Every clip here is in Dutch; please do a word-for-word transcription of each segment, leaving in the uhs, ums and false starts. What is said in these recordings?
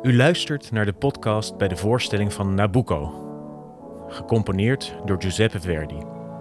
U luistert naar de podcast bij de voorstelling van Nabucco, gecomponeerd door Giuseppe Verdi.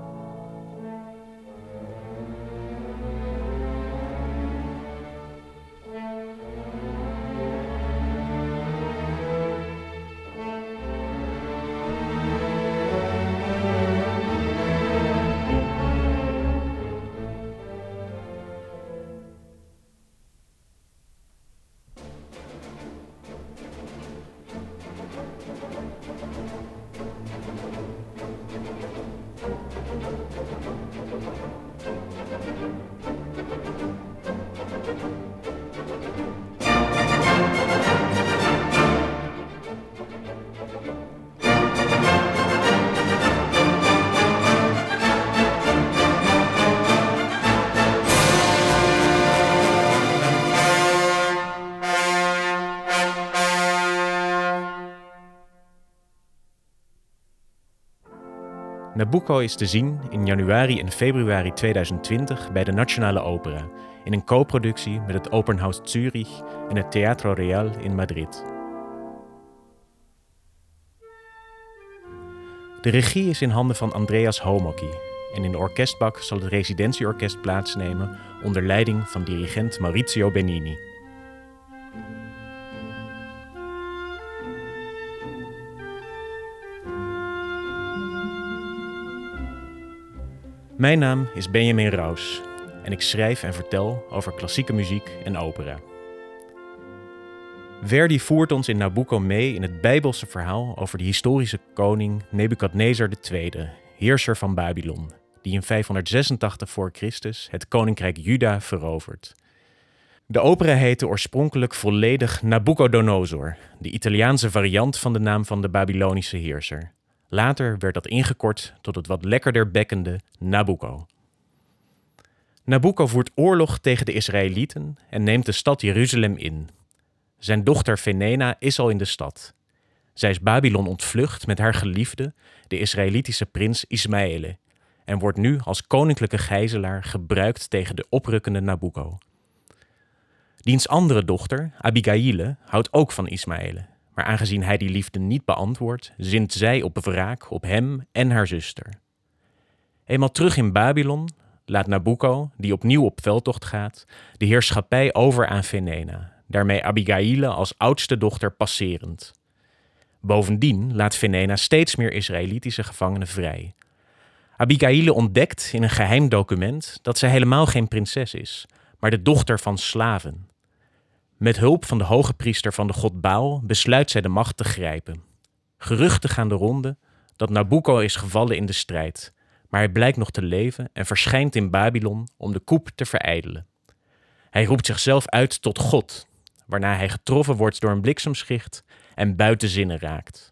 Nabucco is te zien in januari en februari tweeduizend twintig bij de Nationale Opera, in een co-productie met het Opernhaus Zürich en het Teatro Real in Madrid. De regie is in handen van Andreas Homocki en in de orkestbak zal het residentieorkest plaatsnemen onder leiding van dirigent Maurizio Benini. Mijn naam is Benjamin Raus en ik schrijf en vertel over klassieke muziek en opera. Verdi voert ons in Nabucco mee in het Bijbelse verhaal over de historische koning Nebukadnezar de Tweede, heerser van Babylon, die in vijfhonderdzesentachtig voor Christus het koninkrijk Juda verovert. De opera heette oorspronkelijk volledig Nabucodonosor, de Italiaanse variant van de naam van de Babylonische heerser. Later werd dat ingekort tot het wat lekkerder bekkende Nabucco. Nabucco voert oorlog tegen de Israëlieten en neemt de stad Jeruzalem in. Zijn dochter Fenena is al in de stad. Zij is Babylon ontvlucht met haar geliefde, de Israëlitische prins Ismaele, en wordt nu als koninklijke gijzelaar gebruikt tegen de oprukkende Nabucco. Diens andere dochter, Abigaïle, houdt ook van Ismaele. Maar aangezien hij die liefde niet beantwoordt, zint zij op wraak op hem en haar zuster. Eenmaal terug in Babylon laat Nabucco, die opnieuw op veldtocht gaat, de heerschappij over aan Fenena, daarmee Abigaïle als oudste dochter passerend. Bovendien laat Fenena steeds meer Israëlitische gevangenen vrij. Abigaïle ontdekt in een geheim document dat zij helemaal geen prinses is, maar de dochter van slaven. Met hulp van de hoge priester van de god Baal besluit zij de macht te grijpen. Geruchten gaan de ronde dat Nabucco is gevallen in de strijd, maar hij blijkt nog te leven en verschijnt in Babylon om de coup te verijdelen. Hij roept zichzelf uit tot God, waarna hij getroffen wordt door een bliksemschicht en buiten zinnen raakt.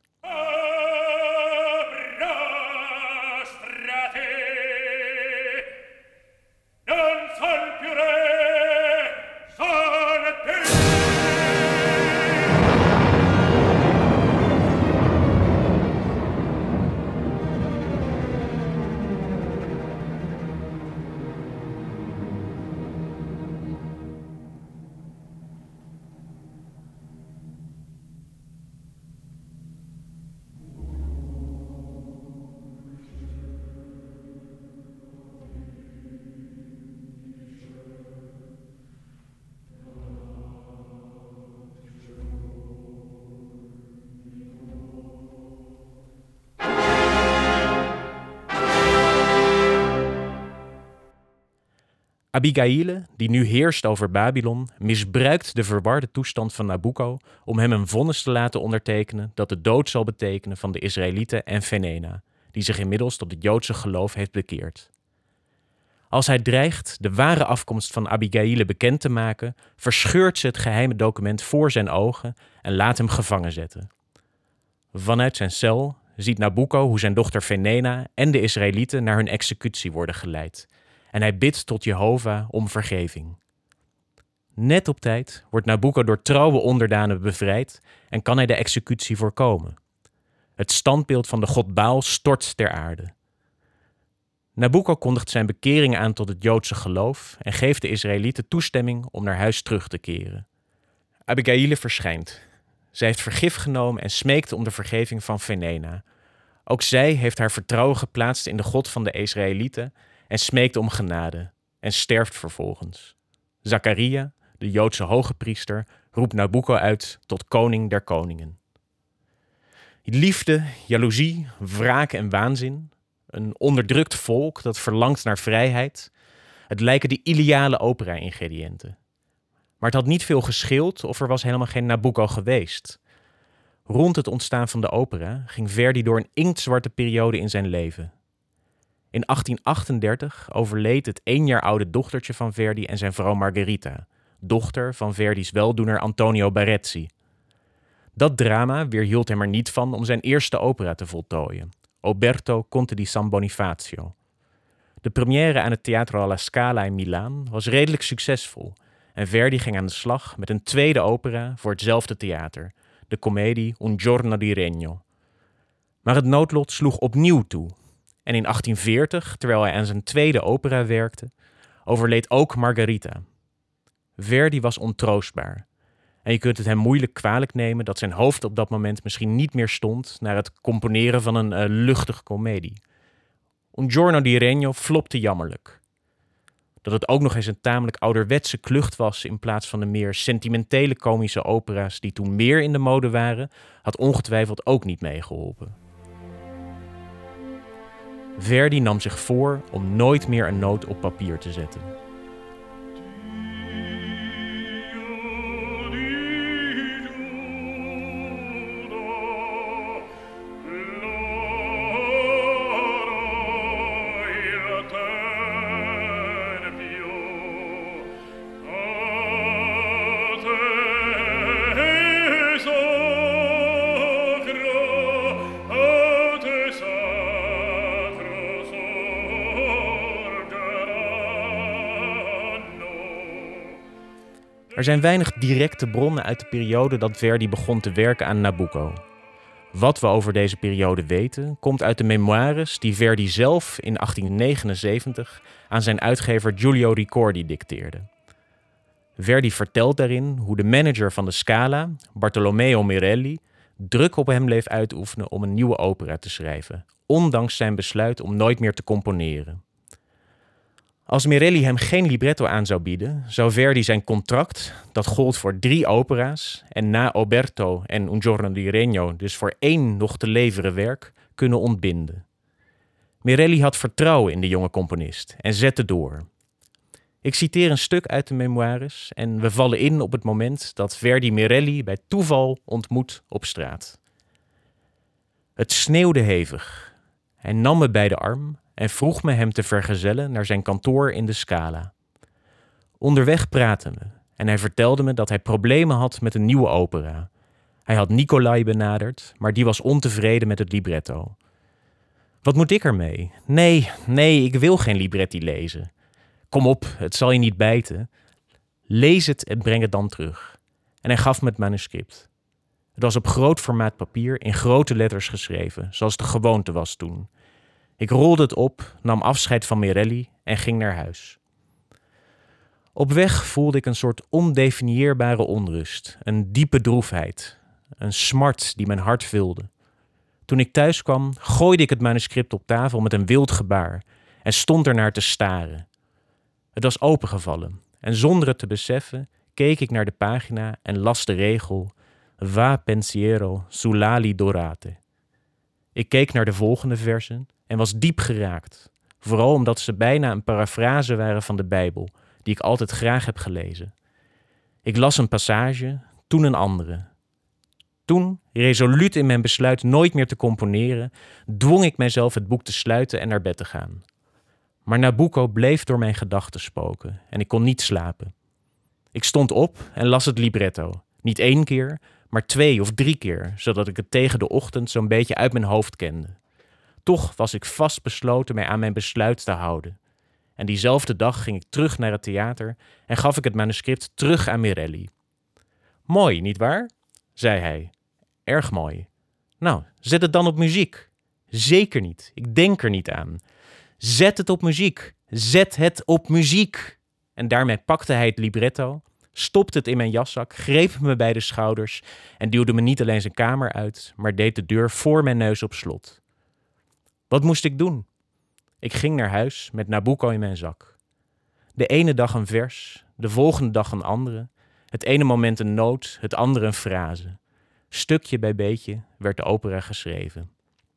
Abigaïle, die nu heerst over Babylon, misbruikt de verwarde toestand van Nabucco om hem een vonnis te laten ondertekenen dat de dood zal betekenen van de Israëlieten en Fenena, die zich inmiddels tot het Joodse geloof heeft bekeerd. Als hij dreigt de ware afkomst van Abigaïle bekend te maken, verscheurt ze het geheime document voor zijn ogen en laat hem gevangen zetten. Vanuit zijn cel ziet Nabucco hoe zijn dochter Fenena en de Israëlieten naar hun executie worden geleid. En hij bidt tot Jehovah om vergeving. Net op tijd wordt Nabucco door trouwe onderdanen bevrijd en kan hij de executie voorkomen. Het standbeeld van de god Baal stort ter aarde. Nabucco kondigt zijn bekering aan tot het Joodse geloof en geeft de Israëlieten toestemming om naar huis terug te keren. Abigaïle verschijnt. Zij heeft vergif genomen en smeekte om de vergeving van Venena. Ook zij heeft haar vertrouwen geplaatst in de God van de Israëlieten en smeekt om genade en sterft vervolgens. Zacharia, de Joodse hoge priester, roept Nabucco uit tot koning der koningen. Liefde, jaloezie, wraak en waanzin. Een onderdrukt volk dat verlangt naar vrijheid. Het lijken de ideale opera-ingrediënten. Maar het had niet veel gescheeld of er was helemaal geen Nabucco geweest. Rond het ontstaan van de opera ging Verdi door een inktzwarte periode in zijn leven. In achttien achtendertig overleed het één jaar oude dochtertje van Verdi en zijn vrouw Margherita, dochter van Verdi's weldoener Antonio Barezzi. Dat drama weerhield hem er niet van om zijn eerste opera te voltooien, Oberto Conte di San Bonifacio. De première aan het Teatro alla Scala in Milaan was redelijk succesvol en Verdi ging aan de slag met een tweede opera voor hetzelfde theater, de comedie Un giorno di regno. Maar het noodlot sloeg opnieuw toe en in achttien veertig, terwijl hij aan zijn tweede opera werkte, overleed ook Margherita. Verdi was ontroostbaar. En je kunt het hem moeilijk kwalijk nemen dat zijn hoofd op dat moment misschien niet meer stond naar het componeren van een uh, luchtige komedie. Un giorno di regno flopte jammerlijk. Dat het ook nog eens een tamelijk ouderwetse klucht was in plaats van de meer sentimentele komische opera's die toen meer in de mode waren, had ongetwijfeld ook niet meegeholpen. Verdi nam zich voor om nooit meer een noot op papier te zetten. Er zijn weinig directe bronnen uit de periode dat Verdi begon te werken aan Nabucco. Wat we over deze periode weten, komt uit de memoires die Verdi zelf in achttien negenenzeventig aan zijn uitgever Giulio Ricordi dicteerde. Verdi vertelt daarin hoe de manager van de Scala, Bartolomeo Merelli, druk op hem bleef uitoefenen om een nieuwe opera te schrijven, ondanks zijn besluit om nooit meer te componeren. Als Merelli hem geen libretto aan zou bieden, zou Verdi zijn contract, dat gold voor drie opera's en na Oberto en Un giorno di regno dus voor één nog te leveren werk, kunnen ontbinden. Merelli had vertrouwen in de jonge componist en zette door. Ik citeer een stuk uit de memoires en we vallen in op het moment dat Verdi Merelli bij toeval ontmoet op straat. Het sneeuwde hevig. Hij nam me bij de arm en vroeg me hem te vergezellen naar zijn kantoor in de Scala. Onderweg praten we en hij vertelde me dat hij problemen had met een nieuwe opera. Hij had Nicolai benaderd, maar die was ontevreden met het libretto. Wat moet ik ermee? Nee, nee, ik wil geen libretti lezen. Kom op, het zal je niet bijten. Lees het en breng het dan terug. En hij gaf me het manuscript. Het was op groot formaat papier in grote letters geschreven, zoals de gewoonte was toen. Ik rolde het op, nam afscheid van Merelli en ging naar huis. Op weg voelde ik een soort ondefinieerbare onrust, een diepe droefheid, een smart die mijn hart vulde. Toen ik thuis kwam, gooide ik het manuscript op tafel met een wild gebaar en stond ernaar te staren. Het was opengevallen en zonder het te beseffen keek ik naar de pagina en las de regel Va pensiero sull'ali dorate. Ik keek naar de volgende versen en was diep geraakt, vooral omdat ze bijna een parafrase waren van de Bijbel, die ik altijd graag heb gelezen. Ik las een passage, toen een andere. Toen, resoluut in mijn besluit nooit meer te componeren, dwong ik mijzelf het boek te sluiten en naar bed te gaan. Maar Nabucco bleef door mijn gedachten spoken en ik kon niet slapen. Ik stond op en las het libretto, niet één keer, maar twee of drie keer, zodat ik het tegen de ochtend zo'n beetje uit mijn hoofd kende. Toch was ik vastbesloten mij aan mijn besluit te houden. En diezelfde dag ging ik terug naar het theater en gaf ik het manuscript terug aan Merelli. Mooi, nietwaar? Zei hij. Erg mooi. Nou, zet het dan op muziek. Zeker niet, ik denk er niet aan. Zet het op muziek. Zet het op muziek. En daarmee pakte hij het libretto, stopte het in mijn jaszak, greep me bij de schouders en duwde me niet alleen zijn kamer uit, maar deed de deur voor mijn neus op slot. Wat moest ik doen? Ik ging naar huis met Nabucco in mijn zak. De ene dag een vers, de volgende dag een andere. Het ene moment een noot, het andere een frase. Stukje bij beetje werd de opera geschreven.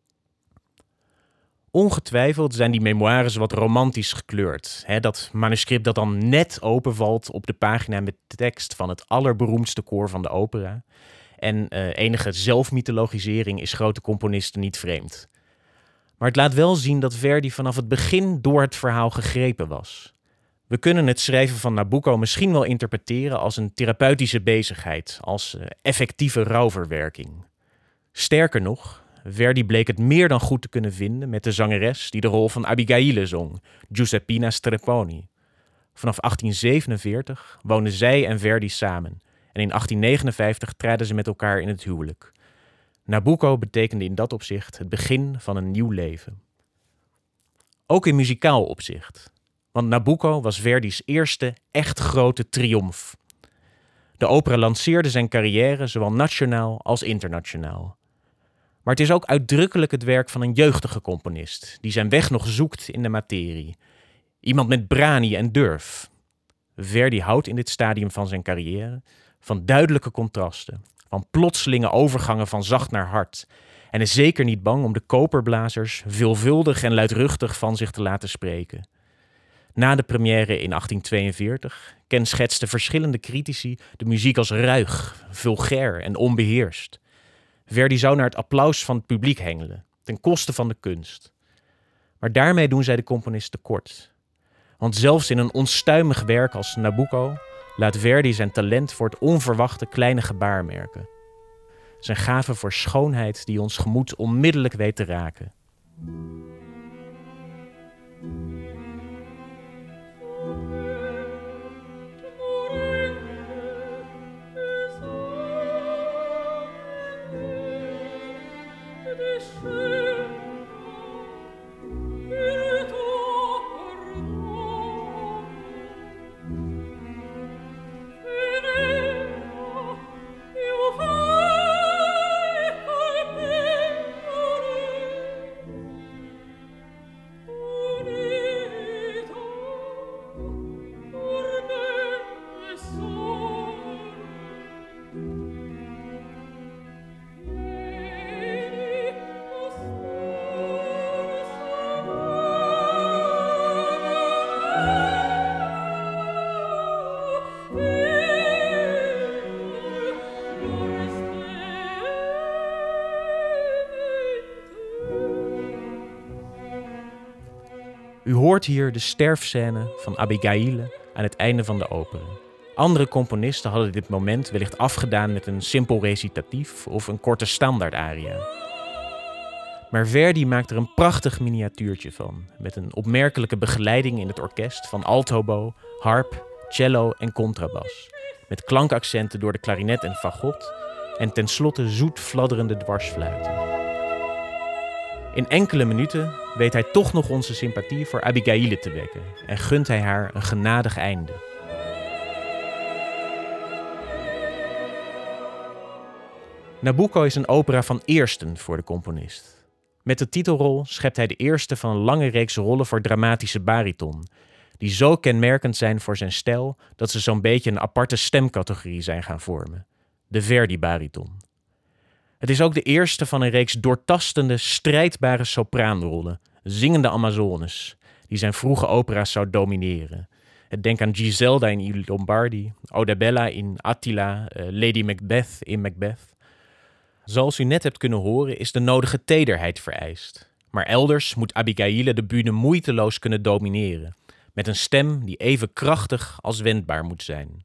Ongetwijfeld zijn die memoires wat romantisch gekleurd. Hè? Dat manuscript dat dan net openvalt op de pagina met de tekst van het allerberoemdste koor van de opera. En uh, enige zelfmythologisering is grote componisten niet vreemd. Maar het laat wel zien dat Verdi vanaf het begin door het verhaal gegrepen was. We kunnen het schrijven van Nabucco misschien wel interpreteren als een therapeutische bezigheid, als uh, effectieve rouwverwerking. Sterker nog, Verdi bleek het meer dan goed te kunnen vinden met de zangeres die de rol van Abigaile zong, Giuseppina Strepponi. Vanaf achttien zevenenveertig woonden zij en Verdi samen en in achttien negenenvijftig traden ze met elkaar in het huwelijk. Nabucco betekende in dat opzicht het begin van een nieuw leven. Ook in muzikaal opzicht, want Nabucco was Verdi's eerste echt grote triomf. De opera lanceerde zijn carrière zowel nationaal als internationaal. Maar het is ook uitdrukkelijk het werk van een jeugdige componist, die zijn weg nog zoekt in de materie. Iemand met brani en durf. Verdi houdt in dit stadium van zijn carrière van duidelijke contrasten, van plotselinge overgangen van zacht naar hard, en is zeker niet bang om de koperblazers veelvuldig en luidruchtig van zich te laten spreken. Na de première in achttien tweeënveertig kenschetsten verschillende critici de muziek als ruig, vulgair en onbeheerst. Verdi zou naar het applaus van het publiek hengelen, ten koste van de kunst. Maar daarmee doen zij de componist tekort. Want zelfs in een onstuimig werk als Nabucco laat Verdi zijn talent voor het onverwachte kleine gebaar merken. Zijn gave voor schoonheid die ons gemoed onmiddellijk weet te raken. U hoort hier de sterfscène van Abigaile aan het einde van de opera. Andere componisten hadden dit moment wellicht afgedaan met een simpel recitatief of een korte standaardaria. Maar Verdi maakt er een prachtig miniatuurtje van, met een opmerkelijke begeleiding in het orkest van altobo, harp, cello en contrabas, met klankaccenten door de klarinet en fagot en tenslotte zoet fladderende dwarsfluiten. In enkele minuten weet hij toch nog onze sympathie voor Abigaile te wekken en gunt hij haar een genadig einde. Nabucco is een opera van eersten voor de componist. Met de titelrol schept hij de eerste van een lange reeks rollen voor dramatische bariton, die zo kenmerkend zijn voor zijn stijl dat ze zo'n beetje een aparte stemcategorie zijn gaan vormen. De Verdi-bariton. Het is ook de eerste van een reeks doortastende, strijdbare sopraanrollen, zingende Amazones, die zijn vroege opera's zou domineren. Denk aan Giselda in I Lombardi, Odabella in Attila, uh, Lady Macbeth in Macbeth. Zoals u net hebt kunnen horen is de nodige tederheid vereist. Maar elders moet Abigaile de bühne moeiteloos kunnen domineren, met een stem die even krachtig als wendbaar moet zijn.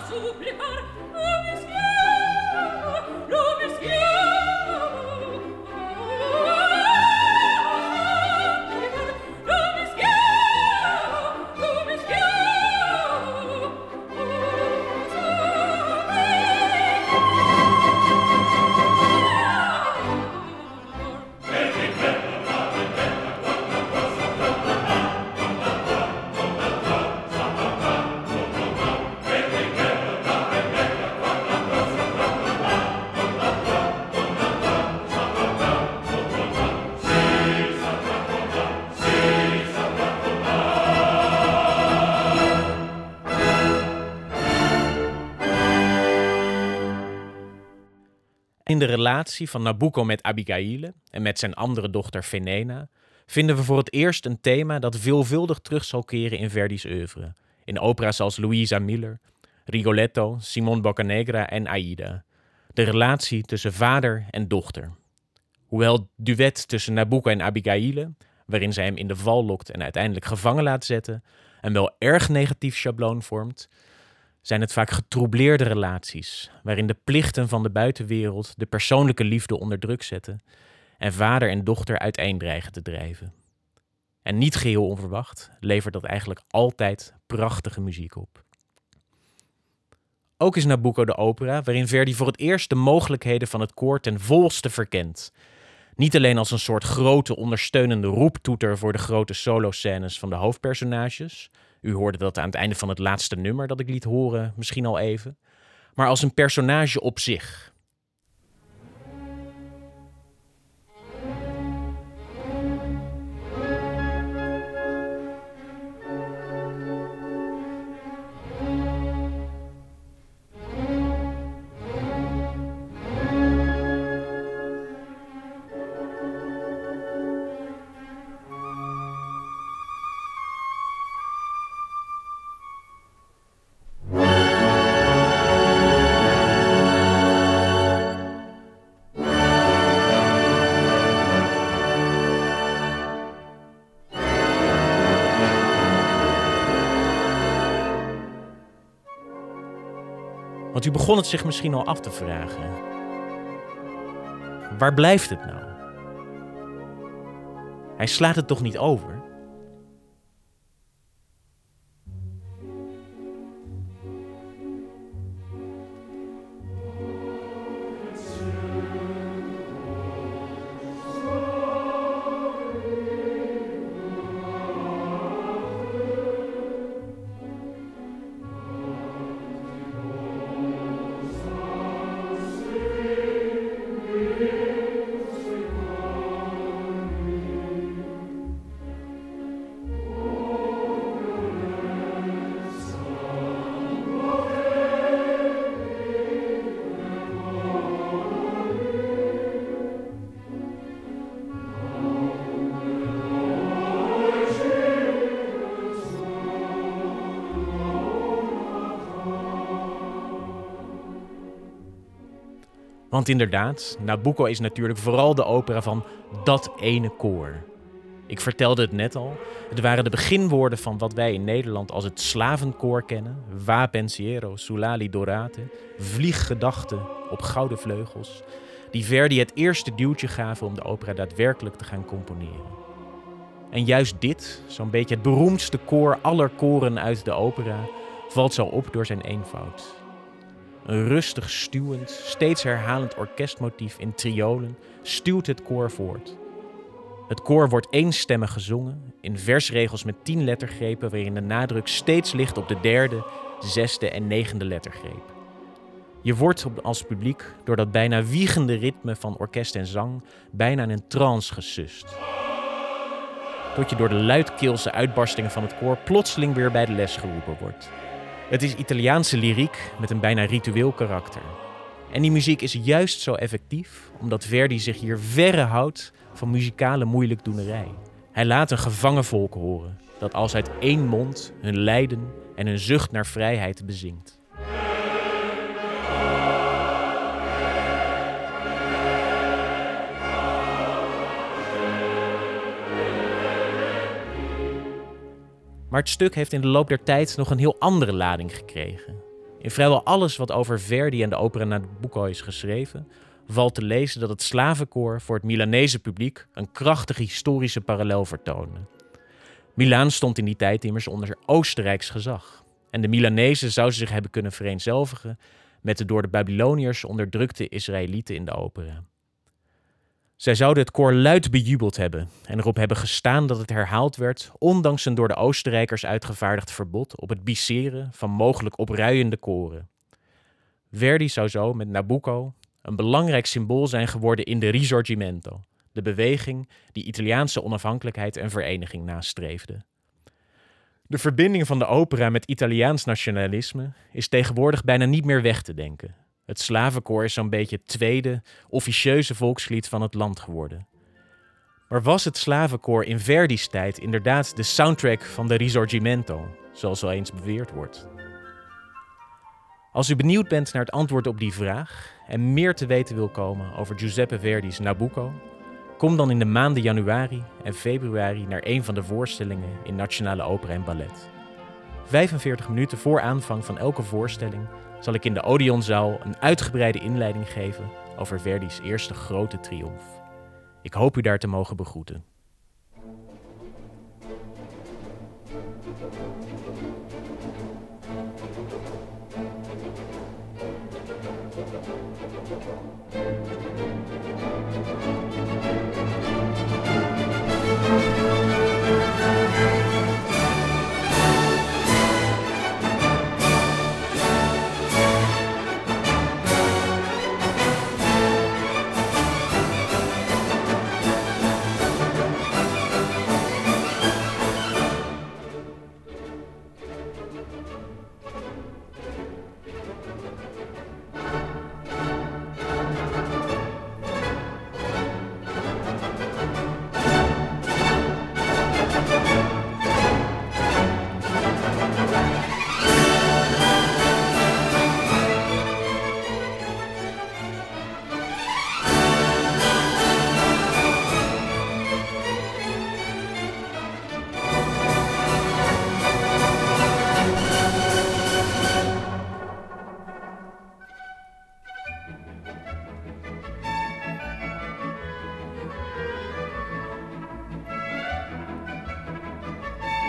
In de relatie van Nabucco met Abigaïle en met zijn andere dochter Venena vinden we voor het eerst een thema dat veelvuldig terug zal keren in Verdi's oeuvre. In opera's als Luisa Miller, Rigoletto, Simon Boccanegra en Aida. De relatie tussen vader en dochter. Hoewel het duet tussen Nabucco en Abigaïle, waarin zij hem in de val lokt en uiteindelijk gevangen laat zetten, een wel erg negatief schabloon vormt, zijn het vaak getroubleerde relaties, waarin de plichten van de buitenwereld de persoonlijke liefde onder druk zetten en vader en dochter uiteen dreigen te drijven. En niet geheel onverwacht levert dat eigenlijk altijd prachtige muziek op. Ook is Nabucco de opera waarin Verdi voor het eerst de mogelijkheden van het koor ten volste verkent. Niet alleen als een soort grote ondersteunende roeptoeter voor de grote soloscènes van de hoofdpersonages. U hoorde dat aan het einde van het laatste nummer dat ik liet horen, misschien al even. Maar als een personage op zich. Want u begon het zich misschien al af te vragen. Waar blijft het nou? Hij slaat het toch niet over? Want inderdaad, Nabucco is natuurlijk vooral de opera van dat ene koor. Ik vertelde het net al, het waren de beginwoorden van wat wij in Nederland als het slavenkoor kennen. Va pensiero sull'ali dorate, vlieggedachten op gouden vleugels, die Verdi het eerste duwtje gaven om de opera daadwerkelijk te gaan componeren. En juist dit, zo'n beetje het beroemdste koor aller koren uit de opera, valt zo op door zijn eenvoud. Een rustig stuwend, steeds herhalend orkestmotief in triolen stuwt het koor voort. Het koor wordt eenstemmig gezongen, in versregels met tien lettergrepen waarin de nadruk steeds ligt op de derde, zesde en negende lettergreep. Je wordt als publiek door dat bijna wiegende ritme van orkest en zang bijna in een trance gesust. Tot je door de luidkeelse uitbarstingen van het koor plotseling weer bij de les geroepen wordt. Het is Italiaanse lyriek met een bijna ritueel karakter. En die muziek is juist zo effectief, omdat Verdi zich hier verre houdt van muzikale moeilijkdoenerij. Hij laat een gevangen volk horen, dat als uit één mond hun lijden en hun zucht naar vrijheid bezingt. Maar het stuk heeft in de loop der tijd nog een heel andere lading gekregen. In vrijwel alles wat over Verdi en de opera Nabucco is geschreven, valt te lezen dat het slavenkoor voor het Milanese publiek een krachtige historische parallel vertoonde. Milaan stond in die tijd immers onder Oostenrijks gezag. En de Milanezen zouden zich hebben kunnen vereenzelvigen met de door de Babyloniërs onderdrukte Israëlieten in de opera. Zij zouden het koor luid bejubeld hebben en erop hebben gestaan dat het herhaald werd, ondanks een door de Oostenrijkers uitgevaardigd verbod op het biseren van mogelijk opruiende koren. Verdi zou zo met Nabucco een belangrijk symbool zijn geworden in de Risorgimento, de beweging die Italiaanse onafhankelijkheid en vereniging nastreefde. De verbinding van de opera met Italiaans nationalisme is tegenwoordig bijna niet meer weg te denken. Het slavenkoor is zo'n beetje het tweede, officieuze volkslied van het land geworden. Maar was het slavenkoor in Verdi's tijd inderdaad de soundtrack van de Risorgimento, zoals wel eens beweerd wordt? Als u benieuwd bent naar het antwoord op die vraag en meer te weten wil komen over Giuseppe Verdi's Nabucco, kom dan in de maanden januari en februari naar een van de voorstellingen in Nationale Opera en Ballet. vijfenveertig minuten voor aanvang van elke voorstelling zal ik in de Odeonzaal een uitgebreide inleiding geven over Verdi's eerste grote triomf. Ik hoop u daar te mogen begroeten.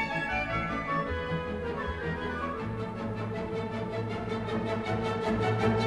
Thank you.